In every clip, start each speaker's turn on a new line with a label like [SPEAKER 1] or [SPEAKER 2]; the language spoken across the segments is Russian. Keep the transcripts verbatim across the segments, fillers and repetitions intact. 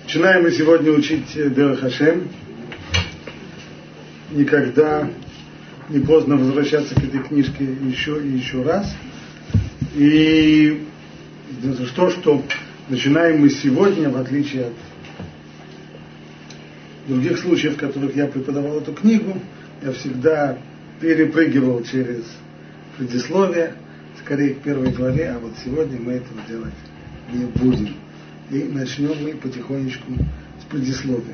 [SPEAKER 1] Начинаем мы сегодня учить Дерех Хашем. Никогда не поздно возвращаться к этой книжке еще и еще раз. И то, что начинаем мы сегодня, в отличие от других случаев, в которых я преподавал эту книгу, я всегда перепрыгивал через предисловие, скорее к первой главе, а вот сегодня мы этого делать не будем. И начнем мы потихонечку с предисловия.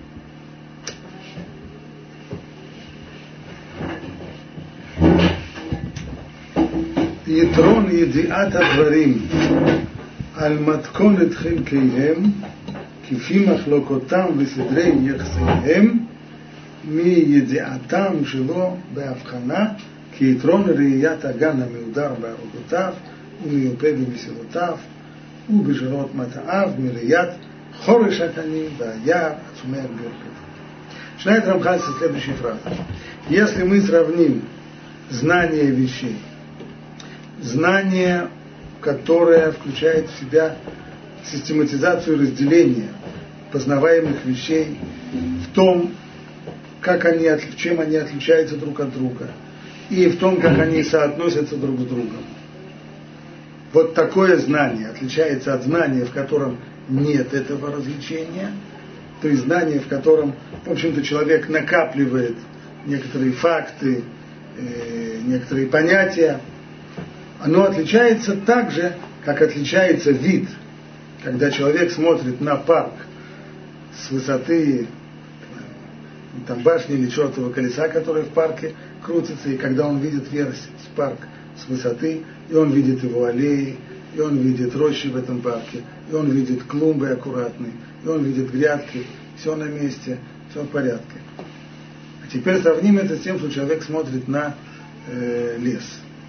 [SPEAKER 1] יתרון ידיעת הדברים על מתכונת חלקיהם כפי מחלוקותם וסדרי יחסיהם מידיעתם שלו בהבחנה כיתרון ראיית הגן המהודר בערוגותיו ומיופה במסילותיו ובשירות מטעיו מראיית חורש הקנים והיער הצומח בירכיו. Начинает Рамхаль со следующей фразы. Если мы сравним знание вещей, знание, которое включает в себя систематизацию разделения познаваемых вещей в том, как они, чем они отличаются друг от друга, и в том, как они соотносятся друг с другом. Вот такое знание отличается от знания, в котором нет этого развлечения, то есть знание, в котором, в общем-то, человек накапливает некоторые факты, э, некоторые понятия. Оно отличается так же, как отличается вид, когда человек смотрит на парк с высоты там, башни или чертового колеса, которое в парке крутится, и когда он видит весь парк с высоты, и он видит его аллеи, и он видит рощи в этом парке, и он видит клумбы аккуратные, и он видит грядки, все на месте, все в порядке. А теперь сравним это с тем, что человек смотрит на э, лес.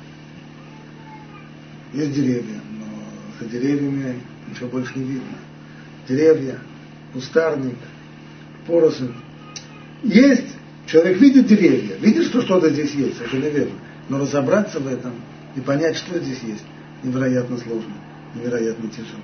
[SPEAKER 1] Есть деревья, но за деревьями ничего больше не видно. Деревья, кустарник, поросль. Есть, человек видит деревья, видит, что что-то здесь есть, совершенно верно. Но разобраться в этом и понять, что здесь есть, невероятно сложно, невероятно тяжело.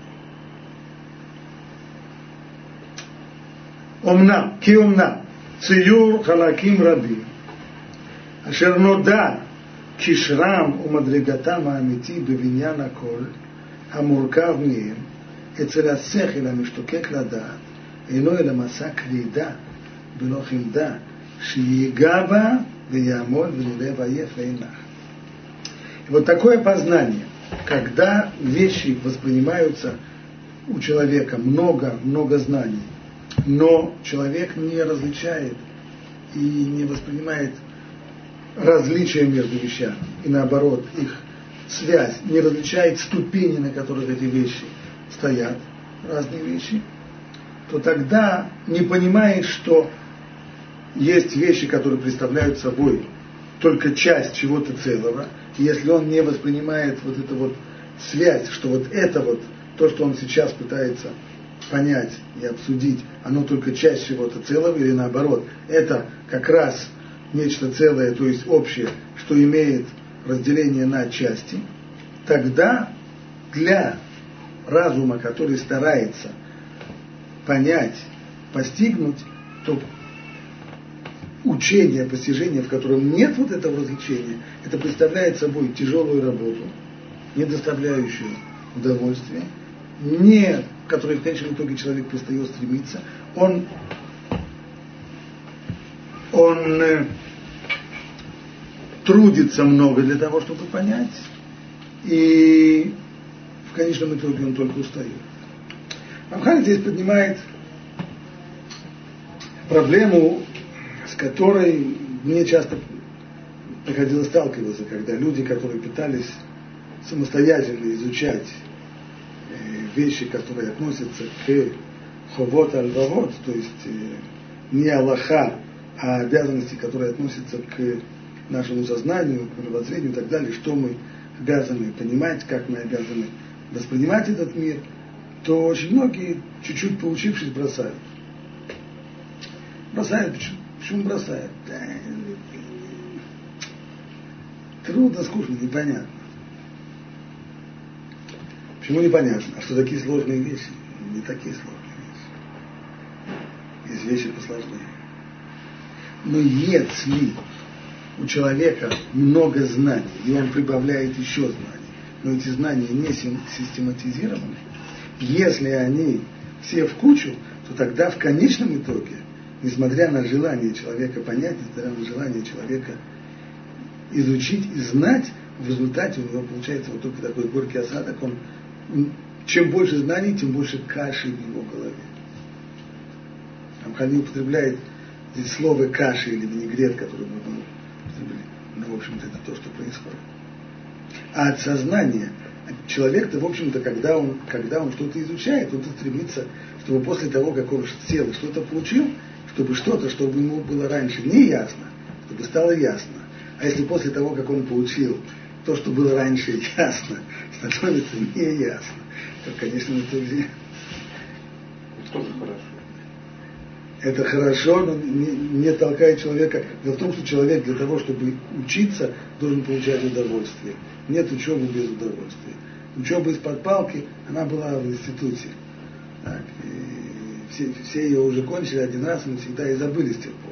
[SPEAKER 1] Омнам, ки омнам, ציור חלקים רבים, אשר נודע קשרם ומדרגתם האמיתי בבניין הכל, המורכב מהם, אצל השכל המשתוקק לדעת, אינו אלא מסע כלידה בלא חמדה, שיגע בה ויעמוד ונראה ועייף ואינך. И вот такое познание, когда вещи воспринимаются у человека много, много знаний, но человек не различает и не воспринимает различия между вещами, и наоборот, их связь, не различает ступени, на которых эти вещи стоят, разные вещи, то тогда не понимает, что есть вещи, которые представляют собой только часть чего-то целого, и если он не воспринимает вот эту вот связь, что вот это вот, то, что он сейчас пытается понять и обсудить, оно только часть чего-то целого, или наоборот, это как раз нечто целое, то есть общее, что имеет разделение на части, тогда для разума, который старается понять, постигнуть, то учение, постижение, в котором нет вот этого развлечения, это представляет собой тяжелую работу, не доставляющую удовольствия, не, к которой в конечном итоге человек перестает стремиться, он, он э, трудится много для того, чтобы понять, и в конечном итоге он только устает. Рамхаль здесь поднимает проблему, с которой мне часто приходилось сталкиваться, когда люди, которые пытались самостоятельно изучать вещи, которые относятся к ховот аль-вавот, то есть не алаха, а обязанности, которые относятся к нашему сознанию, к мировоззрению и так далее, что мы обязаны понимать, как мы обязаны воспринимать этот мир, то очень многие, чуть-чуть поучившись, бросают. Бросают, почему, почему бросают? Трудно, скучно, непонятно. Почему непонятно? А что такие сложные вещи? Не такие сложные вещи. вещи посложнее. Но если у человека много знаний, и он прибавляет еще знаний, но эти знания не систематизированы, если они все в кучу, то тогда в конечном итоге, несмотря на желание человека понять, несмотря на желание человека изучить и знать, в результате у него получается вот только такой горький осадок. Он, чем больше знаний, тем больше каши в его голове. Рамхаль не употребляет здесь слово каши или винегрет, который мы употребили. Но, в общем-то, это то, что происходит. А от сознания человек-то, в общем-то, когда он, когда он что-то изучает, он стремится, чтобы после того, как он сел и что-то получил, чтобы что-то, чтобы ему было раньше не ясно, чтобы стало ясно. А если после того, как он получил то, что было раньше ясно, становится не ясно, то, конечно, это где?
[SPEAKER 2] Это тоже хорошо.
[SPEAKER 1] Это хорошо, но не, не толкает человека. Дело в том, что человек для того, чтобы учиться, должен получать удовольствие. Нет учебы без удовольствия. Учеба из-под палки, она была в институте. Так, и все, все ее уже кончили один раз и навсегда и забыли с тех пор.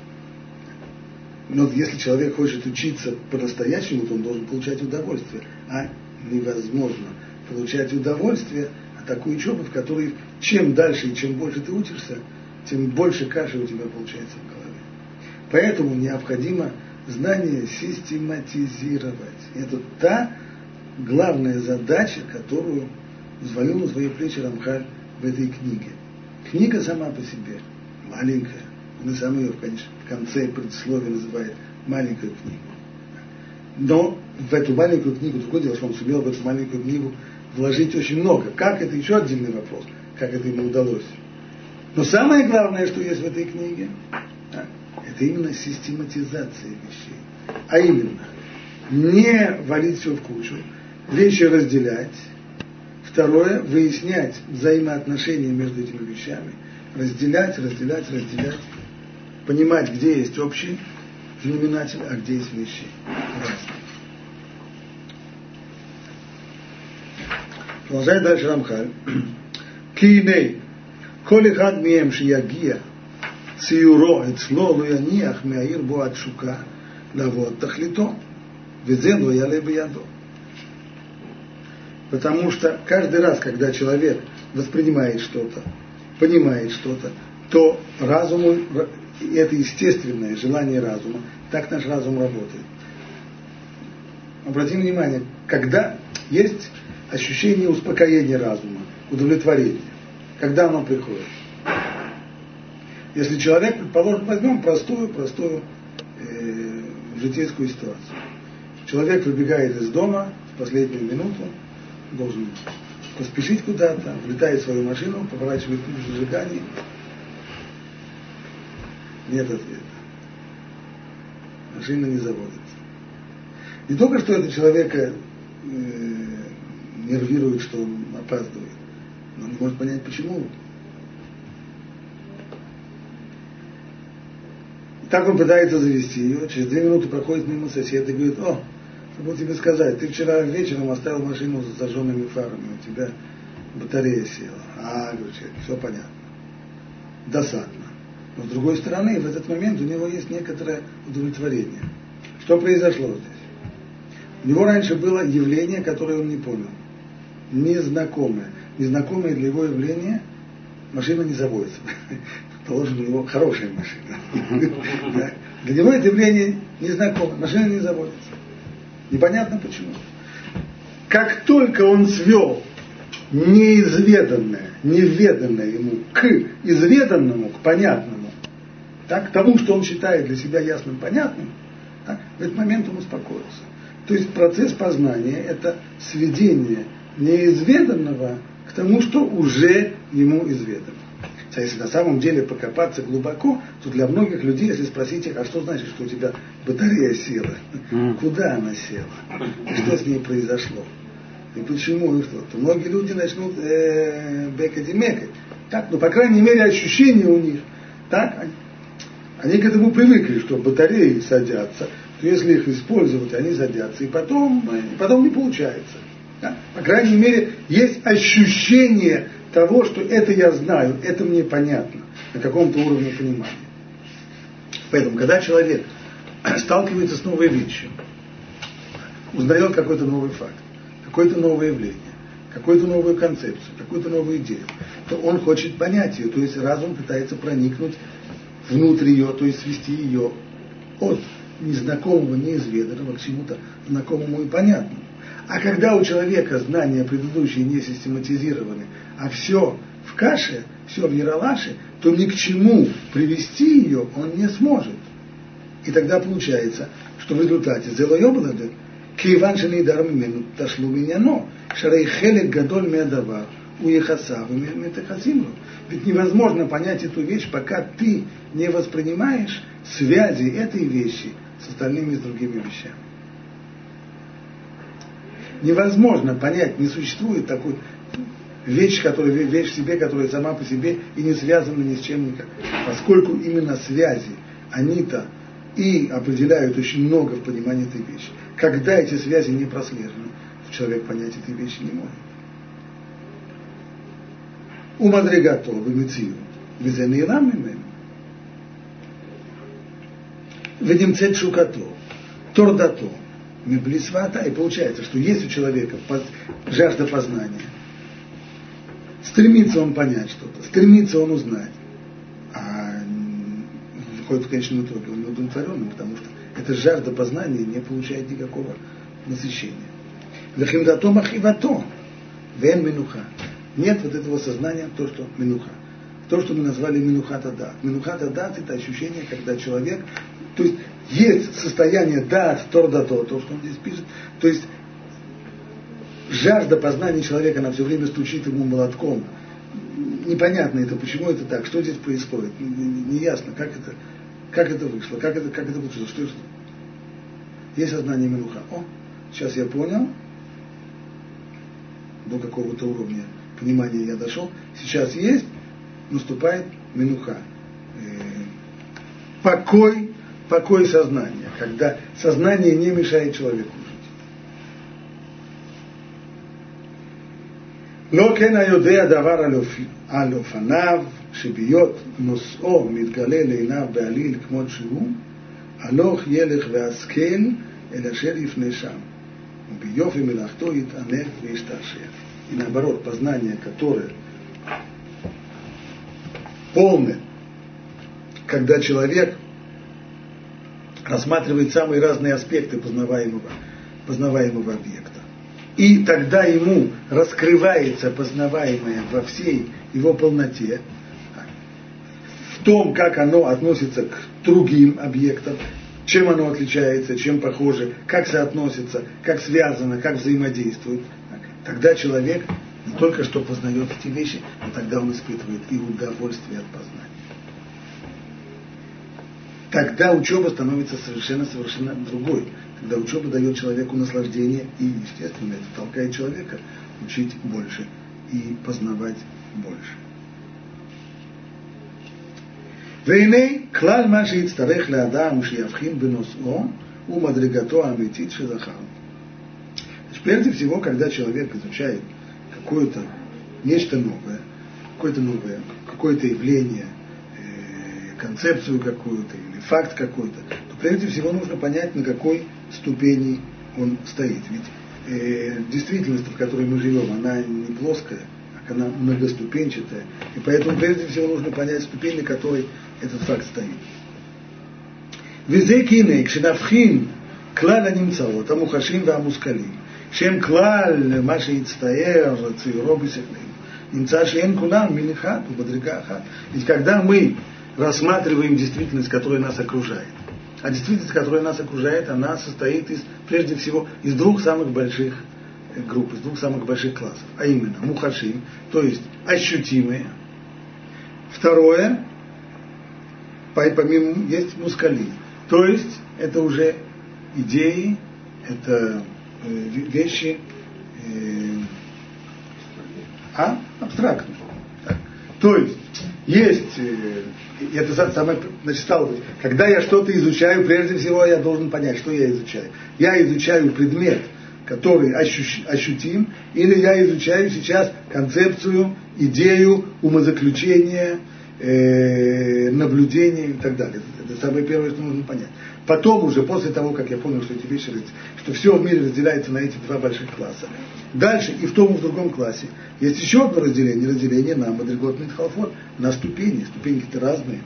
[SPEAKER 1] Но если человек хочет учиться по-настоящему, то он должен получать удовольствие. А невозможно получать удовольствие от такой учебы, в которой чем дальше и чем больше ты учишься, тем больше каши у тебя получается в голове. Поэтому необходимо знание систематизировать. Это та главная задача, которую взвалил на свои плечи Рамхаль в этой книге. Книга сама по себе маленькая. Он и сам ее в конце предисловия называет маленькую книгу. Но в эту маленькую книгу, другое дело, что он сумел в эту маленькую книгу вложить очень много. Как это еще отдельный вопрос, как это ему удалось. Но самое главное, что есть в этой книге, это именно систематизация вещей. А именно, не валить все в кучу, вещи разделять. Второе, выяснять взаимоотношения между этими вещами. Разделять, разделять, разделять. Понимать, где есть общий знаменатель, а где есть вещи разные. Продолжает дальше Рамхаль. Кииней, коль эхад мием шиягия, циюро эцло ло яниах меаир бо ад шука, лавод тахлито, везе ло яле биядо. Потому что каждый раз, когда человек воспринимает что-то, понимает что-то, то разуму, это естественное желание разума, так наш разум работает. Обратим внимание, когда есть ощущение успокоения разума, удовлетворения, когда оно приходит. Если человек, предположим, возьмем простую, простую э, житейскую ситуацию. Человек выбегает из дома в последнюю минуту, должен поспешить куда-то, влетает в свою машину, поворачивает ключ в зажигании. Нет ответа. Машина не заводится. Не только что это человека э, нервирует, что он опаздывает, но он не может понять, почему. И так он пытается завести ее, через две минуты проходит мимо соседа и говорит: о, забыл тебе сказать, ты вчера вечером оставил машину с зажженными фарами, у тебя батарея села. А, говорю, все понятно. Досадно. Но с другой стороны, в этот момент у него есть некоторое удовлетворение. Что произошло здесь? У него раньше было явление, которое он не понял. Незнакомое. Незнакомое для его явления машина не заводится. Положим, у него хорошая машина. Для него это явление незнакомое. Машина не заводится. Непонятно почему. Как только он свел неизведанное, неведанное ему к изведанному, к понятному, так, к тому, что он считает для себя ясным, понятным, так, в этот момент он успокоился. То есть процесс познания – это сведение неизведанного к тому, что уже ему изведано. А если на самом деле покопаться глубоко, то для многих людей, если спросить их, а что значит, что у тебя батарея села? Куда она села? И что с ней произошло? И почему? И что? То многие люди начнут э, бекать и мекать. Так, ну, по крайней мере, ощущения у них. Так, они, они к этому привыкли, что батареи садятся, то если их использовать, они садятся, и потом, и потом не получается. Да? По крайней мере, есть ощущение того, что это я знаю, это мне понятно. на каком-то уровне понимания. Поэтому, когда человек сталкивается с новой вещью, узнает какой-то новый факт, какое-то новое явление, какую-то новую концепцию, какую-то новую идею, то он хочет понять ее, то есть разум пытается проникнуть внутрь ее, то есть свести ее от незнакомого, неизведанного к чему-то знакомому и понятному. А когда у человека знания предыдущие не систематизированы, а все в каше, все в яралаше, то ни к чему привести ее он не сможет. И тогда получается, что в результате зелойобладе киеван шенейдар мимену ташлу миньяно, шарей хелек гадоль меадавар, уехасав и метахасимру. Ведь невозможно понять эту вещь, пока ты не воспринимаешь связи этой вещи с остальными, с другими вещами. Невозможно понять, не существует такой вещь, которая, вещь в себе, которая сама по себе и не связана ни с чем никак. Поскольку именно связи, они-то и определяют очень много в понимании этой вещи. Когда эти связи не прослежены, человек понять этой вещи не может. У мадригато в мецию везенейлам мимену ведемцет шукато тордато меблисвата. И получается, что есть у человека жажда познания, стремится он понять что-то, стремится он узнать, а выходит в конечном итоге он неудовлетворенным, потому что эта жажда познания не получает никакого насыщения. Вехимдато махивато вен минуха. Нет вот этого сознания, то, что минуха. То, что мы назвали минухата дат. Минухата дат — это ощущение, когда человек, то есть есть состояние дат, тордато, то, что он здесь пишет, то есть жажда познания человека, она все время стучит ему молотком. Непонятно это, почему это так, что здесь происходит, неясно, как это, как это вышло, как это, как это получилось, что это. Есть сознание минуха. О, сейчас я понял, до какого-то уровня понимания я дошел, сейчас есть, наступает минуха. Покой, покой сознания, когда сознание не мешает человеку жить. לא כן היודע דבר על אופניו, שביות נושאו מתגלה לעיניו בעליל כמות שהוא, הלוך ילך והשכל אל אשר יפנה שם, וביופי מלאכתו יתענף וישתעשע. И наоборот, познание, которое полное, когда человек рассматривает самые разные аспекты познаваемого, познаваемого объекта. И тогда ему раскрывается познаваемое во всей его полноте, в том, как оно относится к другим объектам, чем оно отличается, чем похоже, как соотносится, как связано, как взаимодействует. Тогда человек не только что познает эти вещи, но тогда он испытывает и удовольствие от познания. Тогда учеба становится совершенно-совершенно другой. Когда учеба дает человеку наслаждение, и, естественно, это толкает человека учить больше и познавать больше. והנה כלל מה שיצטרך לאדם שיבחין בנושאו ומדרגתו האמיתית שזכר. Прежде всего, когда человек изучает какое-то нечто новое, какое-то новое, какое-то явление, концепцию какую-то или факт какой-то, то прежде всего нужно понять, на какой ступени он стоит. Ведь э, действительность, в которой мы живем, она не плоская, а она многоступенчатая. И поэтому прежде всего нужно понять ступень, на которой этот факт стоит. וזה כי כשנבחין כלל הנמצאות, המוחשים והמושכלים, שהם כלל מה שהצטער ציורו בשכלנו, נמצא שאין כולם מין אחד ובדרגה אחת. Ведь когда мы рассматриваем действительность, которая нас окружает, а действительность, которая нас окружает, она состоит из, прежде всего из двух самых больших групп, из двух самых больших классов, а именно мухашим, то есть ощутимые. Второе, помимо, есть мускалим, то есть это уже идеи, это э, вещи э, а, абстрактные. Так. То есть есть, э, это самое, значит, стало быть, когда я что-то изучаю, прежде всего я должен понять, что я изучаю. Я изучаю предмет, который ощущ, ощутим, или я изучаю сейчас концепцию, идею, умозаключение, э, наблюдение и так далее. Это, это самое первое, что нужно понять. Потом уже, после того, как я понял, что эти вещи, что все в мире разделяется на эти два больших класса, дальше и в том, и в другом классе есть еще одно разделение, разделение на мадригот митхалфот, на ступени. Ступеньки-то разные.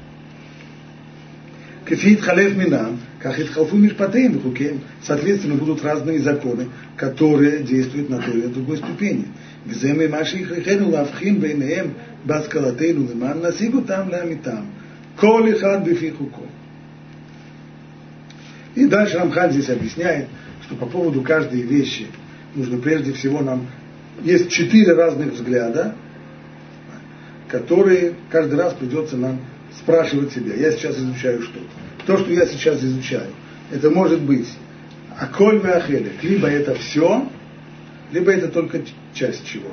[SPEAKER 1] Кефит халев минам, как итхалфу мишпатеем вихукеем, соответственно, будут разные законы, которые действуют на той или другой ступени. Везем и маши ихрихену лавхин бейнеем баскалатейну лиман насигу там лямитам. Коли хад бифихуко. И дальше Рамхан здесь объясняет, что по поводу каждой вещи нужно прежде всего нам... Есть четыре разных взгляда, которые каждый раз придется нам спрашивать себя. Я сейчас изучаю что-то. То, что я сейчас изучаю, это может быть аколь веахелек. Либо это все, либо это только часть чего-то.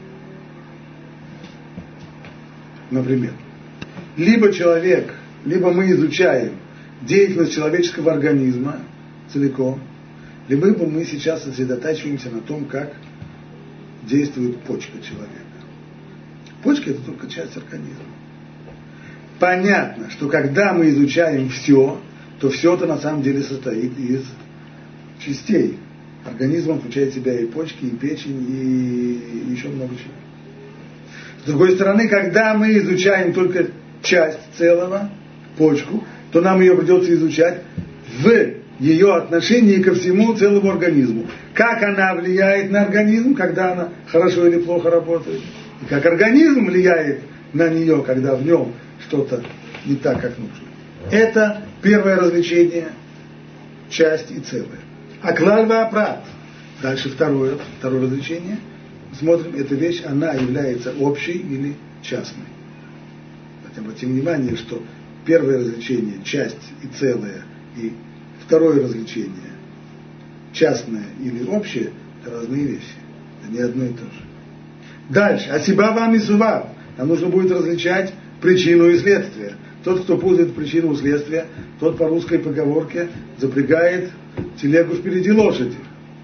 [SPEAKER 1] Например, либо человек, либо мы изучаем деятельность человеческого организма целиком, либо мы сейчас сосредотачиваемся на том, как действует почка человека. Почка – это только часть организма. Понятно, что когда мы изучаем все, то все это на самом деле состоит из частей. Организм включает в себя и почки, и печень, и еще много чего. С другой стороны, когда мы изучаем только часть целого, почку, то нам ее придется изучать в ее отношении ко всему целому организму. Как она влияет на организм, когда она хорошо или плохо работает. И как организм влияет на нее, когда в нем что-то не так, как нужно. Это первое развлечение, часть и целое. А клаль ваапрат. Дальше второе, второе развлечение. Смотрим, эта вещь, она является общей или частной. Обратим внимание, что первое развлечение, часть и целое, и второе развлечение, частное или общее, это разные вещи. Это не одно и то же. Дальше. Асиба вам и сува. Нам нужно будет различать причину и следствие. Тот, кто путает причину и следствие, тот по русской поговорке запрягает телегу впереди лошади.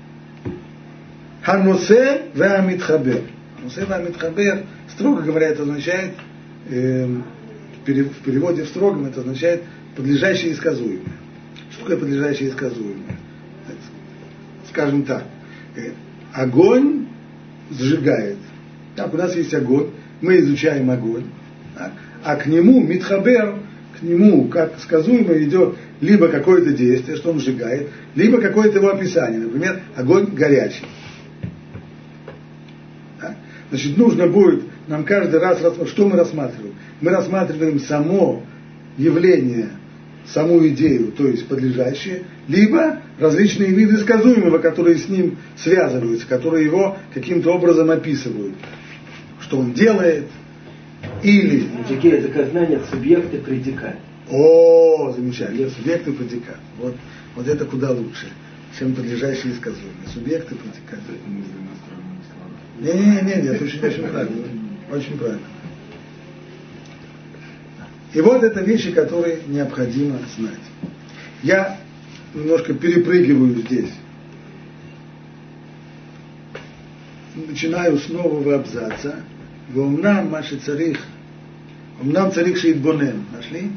[SPEAKER 1] Ханосе веамитхабер. Ханосе веамитхабер, строго говоря, это означает, э, в переводе в строгом, это означает подлежащее и сказуемое. Что такое подлежащее и сказуемое? Скажем так, э, огонь сжигает. Так, у нас есть огонь, мы изучаем огонь, так, а к нему митхабер, к нему, как сказуемо, идет либо какое-то действие, что он сжигает, либо какое-то его описание. Например, огонь горячий. Так? Значит, нужно будет нам каждый раз, что мы рассматриваем? Мы рассматриваем само явление, саму идею, то есть подлежащее, либо различные виды сказуемого, которые с ним связываются, которые его каким-то образом описывают. Что он делает, или...
[SPEAKER 3] Такие заказания субъект и предикат.
[SPEAKER 1] О, замечательно. Субъект и предикат. Вот, вот это куда лучше, чем подлежащие и сказуемые. Субъект и предикат. Не-не-не, это очень, очень правильно. Очень правильно. И вот это вещи, которые необходимо знать. Я немножко перепрыгиваю здесь. Начинаю с нового абзаца. Вомнам маши царих. Вомнам царих шеитбонен. Нашли?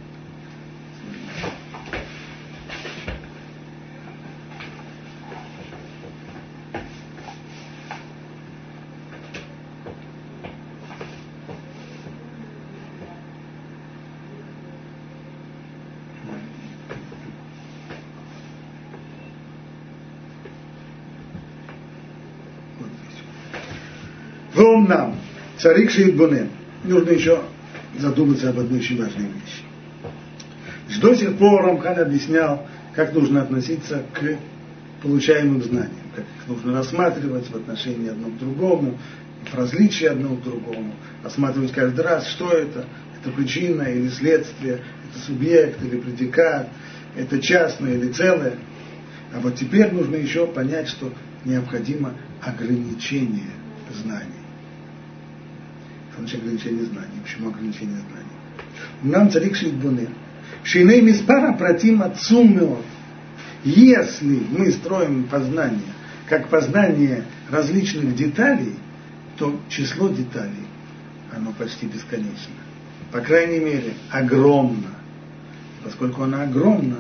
[SPEAKER 1] Вомнам царих шеитбонен. Нужно еще задуматься об одной очень важной вещи. До сих пор Рамхан объяснял, как нужно относиться к получаемым знаниям, как их нужно рассматривать в отношении одного к другому, в различии одного к другому, рассматривать каждый раз, что это, это причина или следствие, это субъект или предикат, это частное или целое. А вот теперь нужно еще понять, что необходимо ограничение знаний. Что значит ограничение знаний? Почему ограничение знаний? Нам царик шеитбонен. Шиней миспара пратим отцум меот. Если мы строим познание как познание различных деталей, то число деталей, оно почти бесконечно. по крайней мере, огромна. Поскольку она огромна,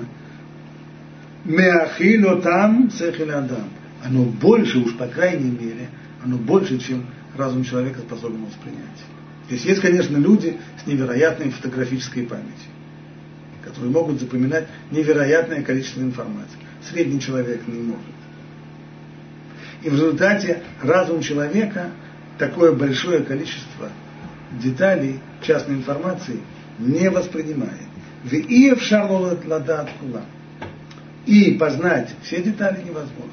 [SPEAKER 1] меахило там цехиль адам. Оно больше, уж по крайней мере, оно больше, чем разум человека способен воспринять. То есть есть, конечно, люди с невероятной фотографической памятью, которые могут запоминать невероятное количество информации. Средний человек не может. И в результате разум человека такое большое количество деталей, частной информации не воспринимает. И познать все детали невозможно.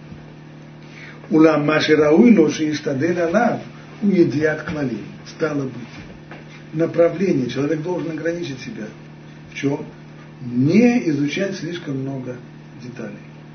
[SPEAKER 1] Улам маши рауй лоши иштадель алав уедиат клалим. Стало быть, направление человек должен ограничить себя. В чем? Не изучать слишком много деталей.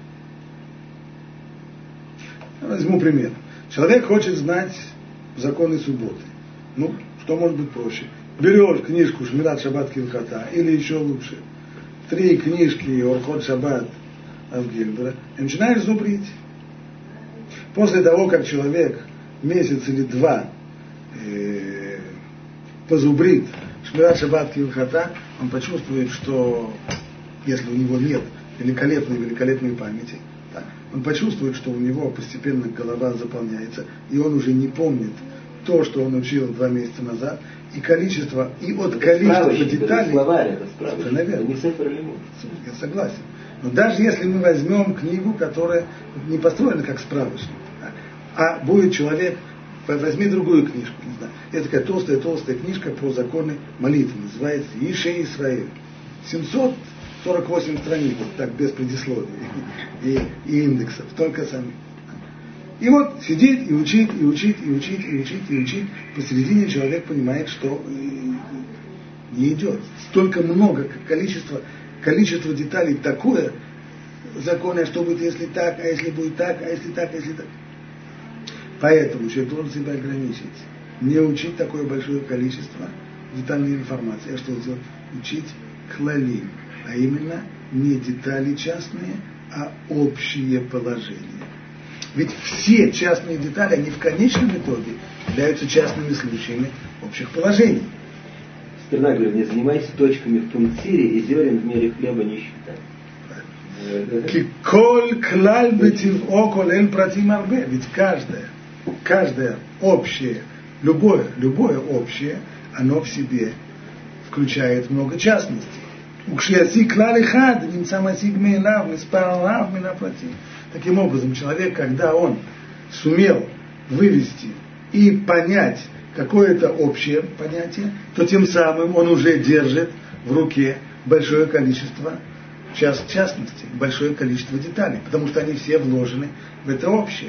[SPEAKER 1] Возьму пример. Человек хочет знать законы субботы. Ну, что может быть проще? Берешь книжку Шмират Шаббат Килхата, или еще лучше, три книжки Орхот Шаббат Авгильбера, и начинаешь зубрить. После того, как человек месяц или два э, позубрит Шмират Шаббат Килхата, он почувствует, что если у него нет великолепной-великолепной памяти, да, он почувствует, что у него постепенно голова заполняется, и он уже не помнит то, что он учил два месяца назад, и количество, и от количества деталей.
[SPEAKER 3] Словарь, это справочник,
[SPEAKER 1] наверное.
[SPEAKER 3] это не цифр или муж.
[SPEAKER 1] Я согласен. Но даже если мы возьмем книгу, которая не построена как справочник, а будет человек, возьми другую книжку, не знаю, это такая толстая-толстая книжка про законы молитвы, называется Ише Исраэль. семьсот сорок восемь страниц, вот так, без предисловий и, и индексов, только сами. И вот сидит и учит, и учит, и учит, и учит, и учит. Посередине человек понимает, что не идет. Столько много, количество, количество деталей такое, законы, что будет, если так, а если будет так, а если так, а если так. Поэтому человек должен себя ограничить. Не учить такое большое количество детальной информации. А что делать? Учить клалим. А именно не детали частные, а общие положения. Ведь все частные детали, они в конечном итоге являются частными случаями общих положений.
[SPEAKER 3] Стерна говорит, не занимайся точками в пунктире и зерен в мере хлеба не считай.
[SPEAKER 1] Коль клаль бетив'о колель пратим арбе. Ведь каждое, каждое общее, любое, любое общее, оно в себе включает много частностей. Укшияси клаль хад, нимца масиг мейлав, миспаралав, минаплатим. Таким образом, человек, когда он сумел вывести и понять какое-то общее понятие, то тем самым он уже держит в руке большое количество част, частностей, большое количество деталей, потому что они все вложены в это общее.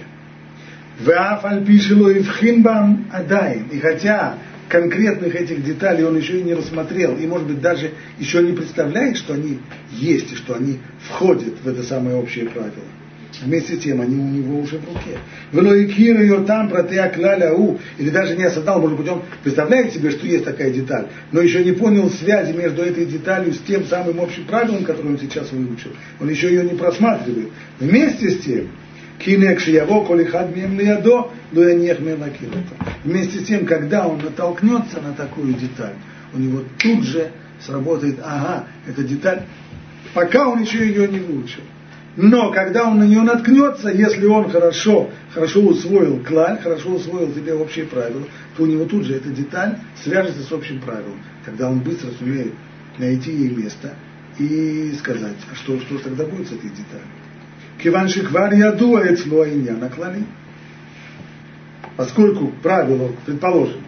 [SPEAKER 1] И хотя конкретных этих деталей он еще и не рассмотрел, и, может быть, даже еще не представляет, что они есть, и что они входят в это самое общее правило. Вместе с тем, они у него уже в руке. Велоикир ее там, протея кляля у, или даже не осознал, может быть, он представляет себе, что есть такая деталь, но еще не понял связи между этой деталью с тем самым общим правилом, которое он сейчас выучил. Он еще ее не просматривает. Вместе с тем, кинекши яво колихад мем лиядо, дуянех мелакилото. Вместе с тем, когда он натолкнется на такую деталь, у него тут же сработает, ага, эта деталь, пока он еще ее не выучил. Но когда он на нее наткнется, если он хорошо, хорошо усвоил клаль, хорошо усвоил себе общие правила, то у него тут же эта деталь свяжется с общим правилом. Тогда он быстро сумеет найти ей место и сказать, а что, что тогда будет с этой деталью. Киванши квар яду эцло иньяна клали. Поскольку правило, предположим,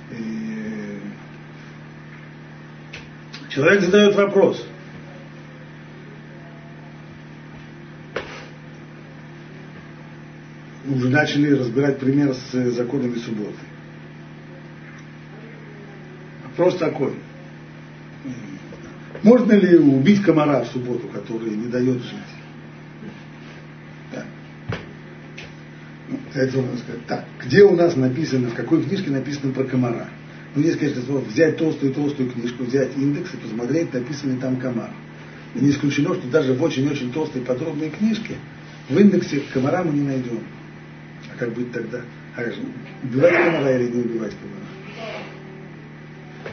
[SPEAKER 1] человек задает вопрос. Уже начали разбирать пример с законами субботы. Вопрос такой. Можно ли убить комара в субботу, который не дает жить? Да. Ну, это можно сказать. Так, где у нас написано, в какой книжке написано про комара? Ну, здесь, конечно, взять толстую-толстую книжку, взять индекс и посмотреть, написано ли там комар. И не исключено, что даже в очень-очень толстой подробной книжке в индексе комара мы не найдем. Как быть тогда? А убивать комара или не убивать комара?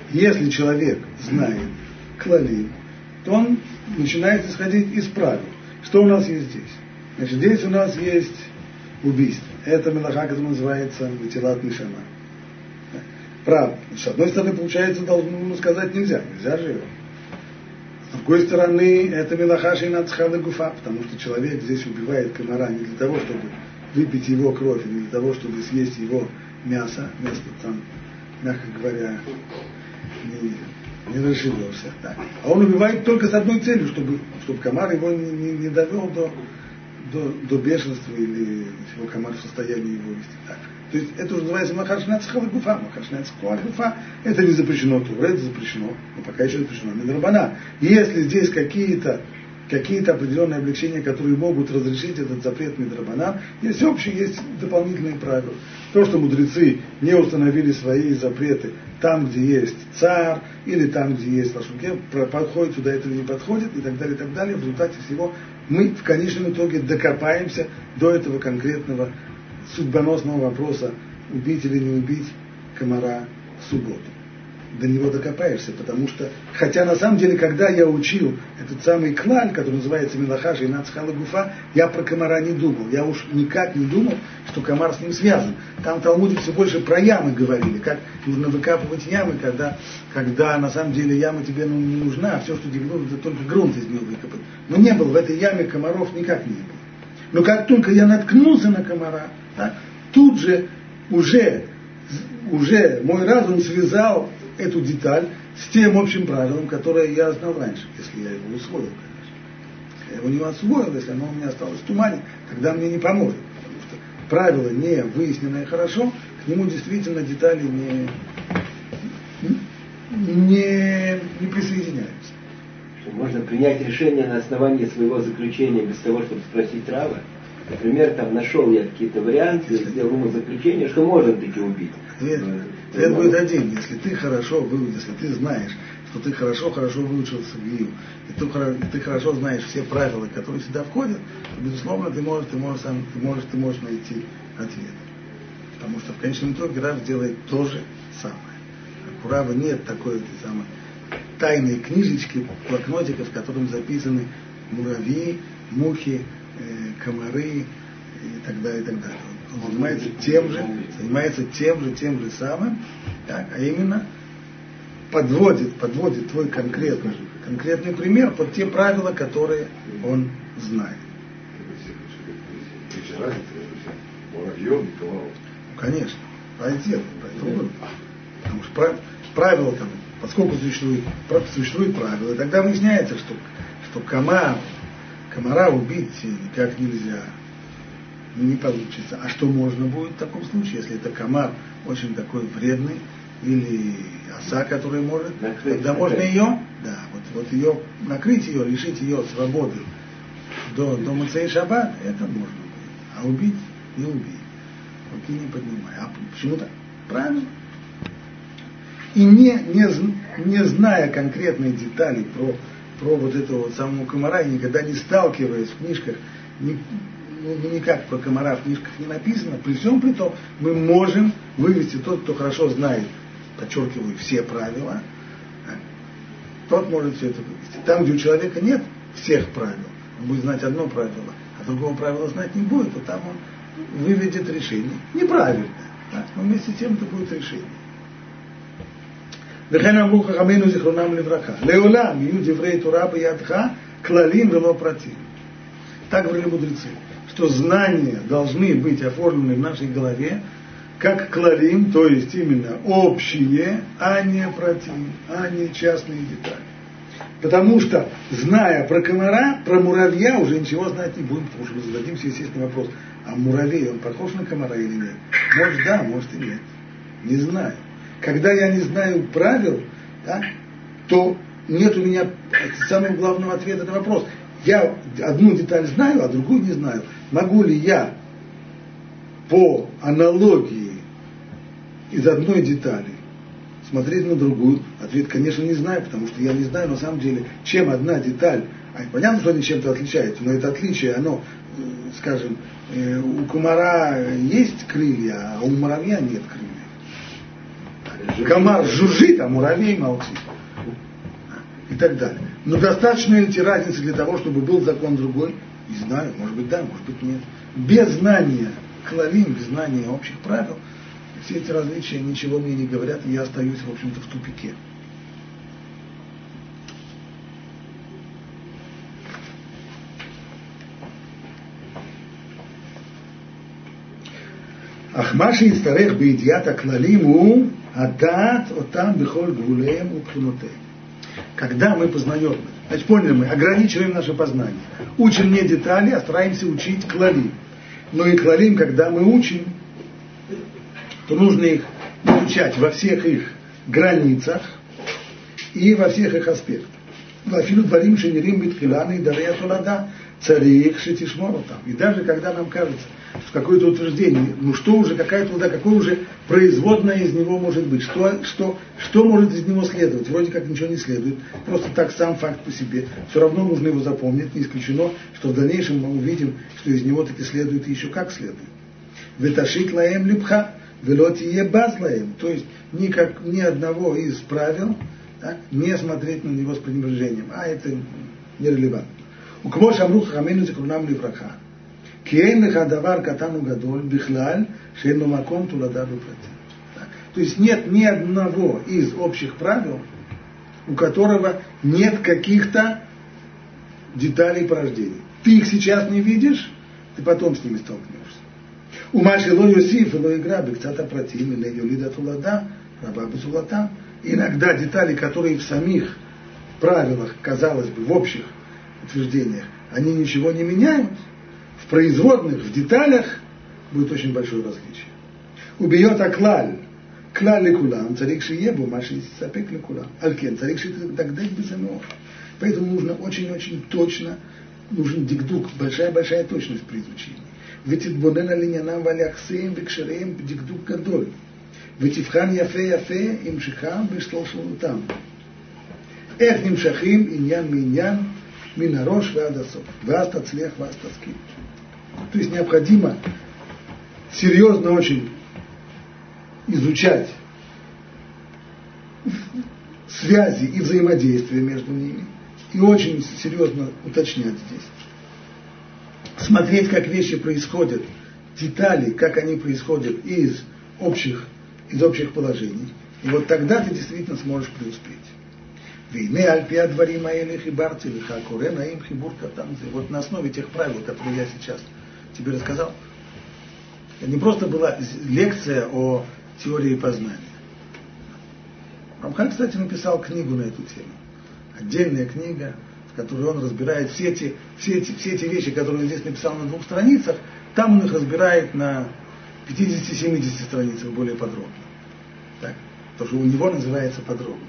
[SPEAKER 1] Если человек знает клалим, то он начинает исходить из правил. Что у нас есть здесь? Значит, здесь у нас есть убийство. Это мелаха, который называется ватилат нишама. Правда. С одной стороны, получается, должно сказать нельзя. Нельзя же его. С другой стороны, это мелаха шейнацхала гуфа, потому что человек здесь убивает комара не для того, чтобы выпить его кровь, а не для того, чтобы съесть его мясо, мясо там, мягко говоря, не, не разжило всех. Да. А он убивает только с одной целью, чтобы, чтобы комар его не, не, не довел до, до, до бешенства или его комар в состоянии его вести. Так. То есть это уже называется махашнацхала гуфа. Махашнацхала гуфа это не запрещено Тура, это запрещено, но пока еще запрещено мидрабана. Если здесь какие-то какие-то определенные облегчения, которые могут разрешить этот запрет мидрабана, есть общие, есть дополнительные правила. То, что мудрецы не установили свои запреты там, где есть царь, или там, где есть лашуке, подходит сюда, это не подходит, и так далее, и так далее. В результате всего мы в конечном итоге докопаемся до этого конкретного судьбоносного вопроса, убить или не убить комара в субботу. До него докопаешься, потому что, хотя на самом деле, когда я учил этот самый клаль, который называется мелаха шейнацхала гуфа, я про комара не думал. Я уж никак не думал, что комар с ним связан. Там в Талмуде все больше про ямы говорили, как нужно выкапывать ямы, когда, когда на самом деле яма тебе ну, не нужна, а все, что тебе нужно, это только грунт из нее выкопать. Но не было, в этой яме комаров никак не было. Но как только я наткнулся на комара, так, тут же уже, уже мой разум связал эту деталь с тем общим правилом, которое я знал раньше, если я его усвоил, конечно. Если я его не освоил, если оно у меня осталось в тумане, тогда мне не поможет. Потому что правило не выясненное хорошо, к нему действительно детали не, не, не присоединяются.
[SPEAKER 3] Можно принять решение на основании своего заключения без того, чтобы спросить Рава. Например, там нашел я какие-то варианты, сделал ему заключение, что можно таки убить.
[SPEAKER 1] Ответ, ответ будет один. Если ты хорошо выучил, если ты знаешь, что ты хорошо-хорошо выучился в ГИЮ, и ты, ты хорошо знаешь все правила, которые сюда входят, то, безусловно, ты можешь, ты можешь, сам, ты можешь, ты можешь найти ответ. Потому что в конечном итоге Рав делает то же самое. У Рава нет такой самой тайной книжечки, блокнотика, в котором записаны муравьи, мухи, комары и так далее, и так далее. Он занимается тем же, занимается тем же, тем же самым, так, а именно подводит, подводит твой конкретный, конкретный пример под те правила, которые он знает. Ну, конечно, пойдет, поэтому, потому что правила там, поскольку существует, существует правило, и тогда выясняется, что, что комар Комара убить никак нельзя, не получится. А что можно будет в таком случае, если это комар очень такой вредный, или оса, которая может, накрыть, тогда можно ее, да, вот, вот ее, накрыть ее, лишить ее свободы до, до Моцей Шаббат, это можно будет. А убить не убить. Руки не поднимай. А почему так? Правильно. И не, не, не зная конкретные детали про про вот этого вот самого комара, и никогда не сталкиваясь в книжках, ни, ну, никак про комара в книжках не написано, при всем при том мы можем вывести тот, кто хорошо знает, подчеркиваю, все правила, тот может все это вывести. Там, где у человека нет всех правил, он будет знать одно правило, а другого правила знать не будет, то там он выведет решение. Неправильно, да? Но вместе с тем это будет решение. וכן אמרו חכמינו זיכרונם לברכה, לעולם יהיו דברי תורה בידך כללים ולא פרטים. Так говорили мудрецы, что знания должны быть оформлены в нашей голове как клалим, то есть именно общие, а не пратим, а не частные детали. Потому что, зная про комара, про муравья уже ничего знать не будем, потому что мы зададимся естественный вопрос, а муравей, он похож на комара или нет? Может да, может и нет. Не знаю. Когда я не знаю правил, да, то нет у меня самого главного ответа на вопрос. Я одну деталь знаю, а другую не знаю. Могу ли я по аналогии из одной детали смотреть на другую? Ответ, конечно, не знаю, потому что я не знаю на самом деле, чем одна деталь. А понятно, что они чем-то отличаются, но это отличие, оно, скажем, у комара есть крылья, а у муравья нет крылья. комар жужжит, а муравей молчит. И так далее. Но достаточно эти разницы для того, чтобы был закон другой? Не знаю, может быть да, может быть нет. Без знания клалим, без знания общих правил, все эти различия ничего мне не говорят, и я остаюсь, в общем-то, в тупике. אך מה שיצטרך בידיעת הכללים הוא הדעת אותם בכל גבוליהם ובחינותיהם. Когда мы познаем, значит, поняли мы, ограничиваем наше познание. Учим не детали, а стараемся учить клалим. Но и клалим, когда мы учим, то нужно их изучать во всех их границах и во всех их аспектах. ואפילו דברים שנראים בתחילה נהדרי התולדה, צריך שתשמור אותם. И даже когда нам кажется, что какое-то утверждение, ну что уже, какая туда, какое уже производное из него может быть, что, что, что может из него следовать, вроде как ничего не следует, просто так сам факт по себе, все равно нужно его запомнить, не исключено, что в дальнейшем мы увидим, что из него таки следует еще как следует. Веташит лаем липха, велотие баз лаем, то есть ни, как, ни одного из правил, да, не смотреть на него с пренебрежением, а это нерелевантно. У кого шамру хахамейну зикрунам ливраха. כי אין לך דבר קטן וגדול בכלל שאין לו מקום תולדה בפרטים. То есть нет ни одного из общих правил, у которого нет каких-то деталей порождения. Ты их сейчас не видишь, ты потом с ними столкнешься. У Маши ло Йосиф и ло игра бекцата пратим или Йолида тулада, раба бесулата. Иногда детали, которые в самих правилах, казалось бы, в общих утверждениях, они ничего не меняют, в производных, в деталях будет очень большое различие. Убьет аклаль, клаль лекулам, царик шиебу, маши сапек лекулам, алькен, царик шитагдек безамор. Поэтому нужно очень-очень точно, нужен дикдук, большая-большая точность при изучении. ותתבונן על עניינם ועל יחסיהם וקשריהם בדקדוק גדול. ותבחן יפה יפה המשכם בשלשלותם. איך נמשכים עניין מעניין מן הראש ועד הסוף. ואז תצליח ואז תשכיל. То есть необходимо серьезно очень изучать связи и взаимодействия между ними и очень серьезно уточнять здесь. Смотреть, как вещи происходят, детали, как они происходят из общих, из общих положений. И вот тогда ты действительно сможешь преуспеть. Вейне альпия дворима или хибарти лиха курена им хибурка там. Вот на основе тех правил, которые я сейчас тебе рассказал, это не просто была лекция о теории познания. Рамхаль, кстати, написал книгу на эту тему. Отдельная книга, в которой он разбирает все эти, все эти, все эти вещи, которые он здесь написал на двух страницах, там он их разбирает на пятидесяти-семидесяти страницах более подробно. Так? Потому что у него называется подробно.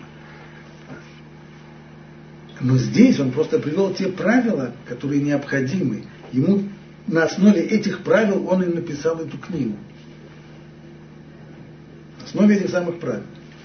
[SPEAKER 1] Но здесь он просто привел те правила, которые необходимы. Ему на основе этих правил он и написал эту книгу. На основе этих самых правил.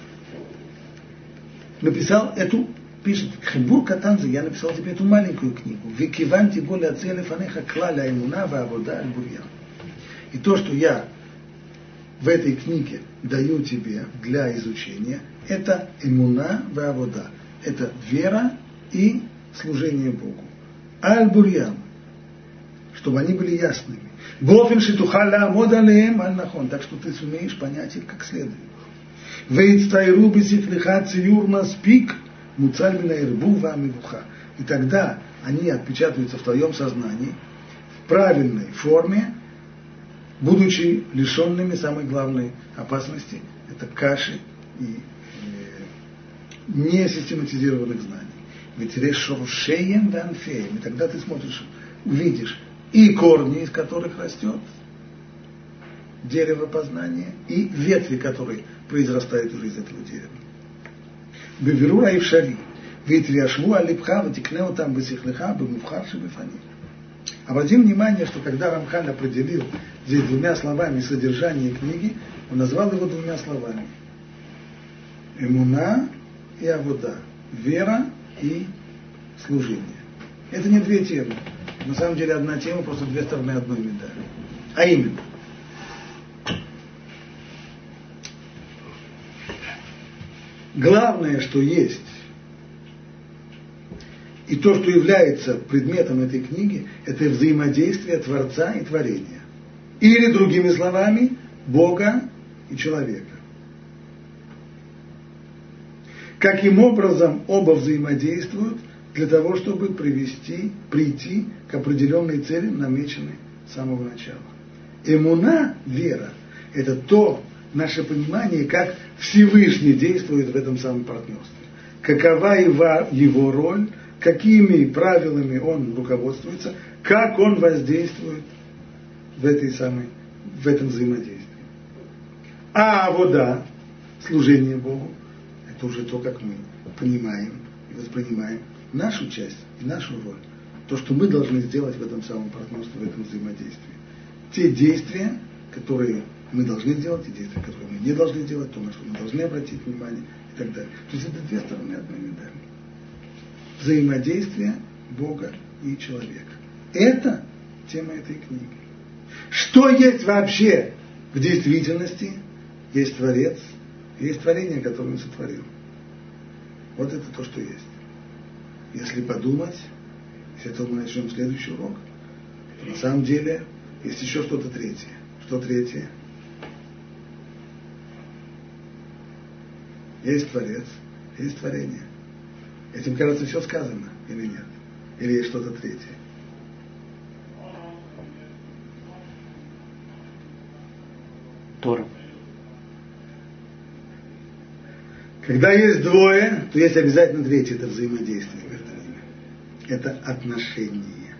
[SPEAKER 1] Написал эту, пишет, Хибур Катанзе, я написал тебе эту маленькую книгу. Викиванти голя ацеле фанеха клаля имуна ваавода аль-бурьян. И то, что я в этой книге даю тебе для изучения, это имуна ваавода. Это вера и служение Богу. Аль-бурьян. Чтобы они были ясными. Бофин шитухаля модалеем аль-нахон. Так что ты сумеешь понять их как следует. Вейцтайру бисифлиха циюр наспик муцаль минаирбу вамивуха. И тогда они отпечатываются в твоем сознании в правильной форме, будучи лишенными самой главной опасности, это каши и э, несистематизированных знаний. Ведь решоршеем ванфеем. И тогда ты смотришь, увидишь и корни, из которых растет дерево познания, и ветви, которые произрастают уже из этого дерева. Беверура и вшари. Ведь вяшву алипха, ватикнео там бесихлиха, бемухарши бефани. Обратим внимание, что когда Рамхаль определил здесь двумя словами содержание книги, он назвал его двумя словами. Эмуна и авода. Вера и служение. Это не две темы. На самом деле одна тема, просто две стороны одной медали. А именно, главное, что есть, и то, что является предметом этой книги, это взаимодействие Творца и творения. Или, другими словами, Бога и человека. Каким образом оба взаимодействуют для того, чтобы привести, прийти к определенной цели, намеченной с самого начала. Эмуна, вера, это то наше понимание, как Всевышний действует в этом самом партнерстве. Какова его, его роль, какими правилами он руководствуется, как он воздействует в, этой самой, в этом взаимодействии. А вода, служение Богу, это уже то, как мы понимаем и воспринимаем нашу часть и нашу роль. То, что мы должны сделать в этом самом партнерстве, в этом взаимодействии. Те действия, которые мы должны делать, те действия, которые мы не должны делать, то, на что мы должны обратить внимание и так далее. То есть это две стороны одной медали. Взаимодействие Бога и человека. Это тема этой книги. Что есть вообще в действительности? Есть Творец, есть творение, которое он сотворил. Вот это то, что есть. Если подумать, если это мы начнем следующий урок, то на самом деле есть еще что-то третье. Что третье? Есть Творец, есть творение. Этим, кажется, все сказано, или нет? Или есть что-то третье?
[SPEAKER 2] Тора.
[SPEAKER 1] Когда есть двое, то есть обязательно третье, это взаимодействие между ними. Это отношения.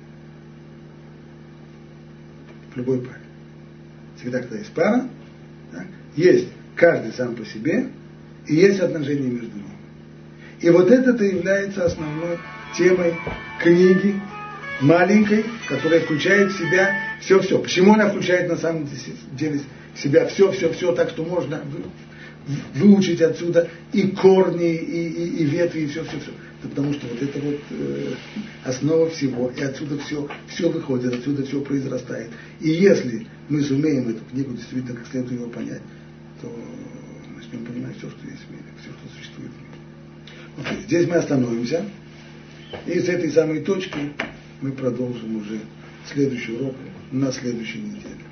[SPEAKER 1] В любой паре. Всегда, когда есть пара, да, есть каждый сам по себе, и есть отношения между ними. И вот это-то является основной темой книги, маленькой, которая включает в себя все-все. Почему она включает на самом деле в себя все-все-все, так что можно выучить отсюда и корни, и, и, и ветви, и все-все-все. Да потому что вот это вот э, основа всего, и отсюда все, все выходит, отсюда все произрастает. И если мы сумеем эту книгу действительно как следует его понять, то начнем понимать все, что есть в мире, все, что существует в мире. Окей, здесь мы остановимся, и с этой самой точки мы продолжим уже следующий урок на следующей неделе.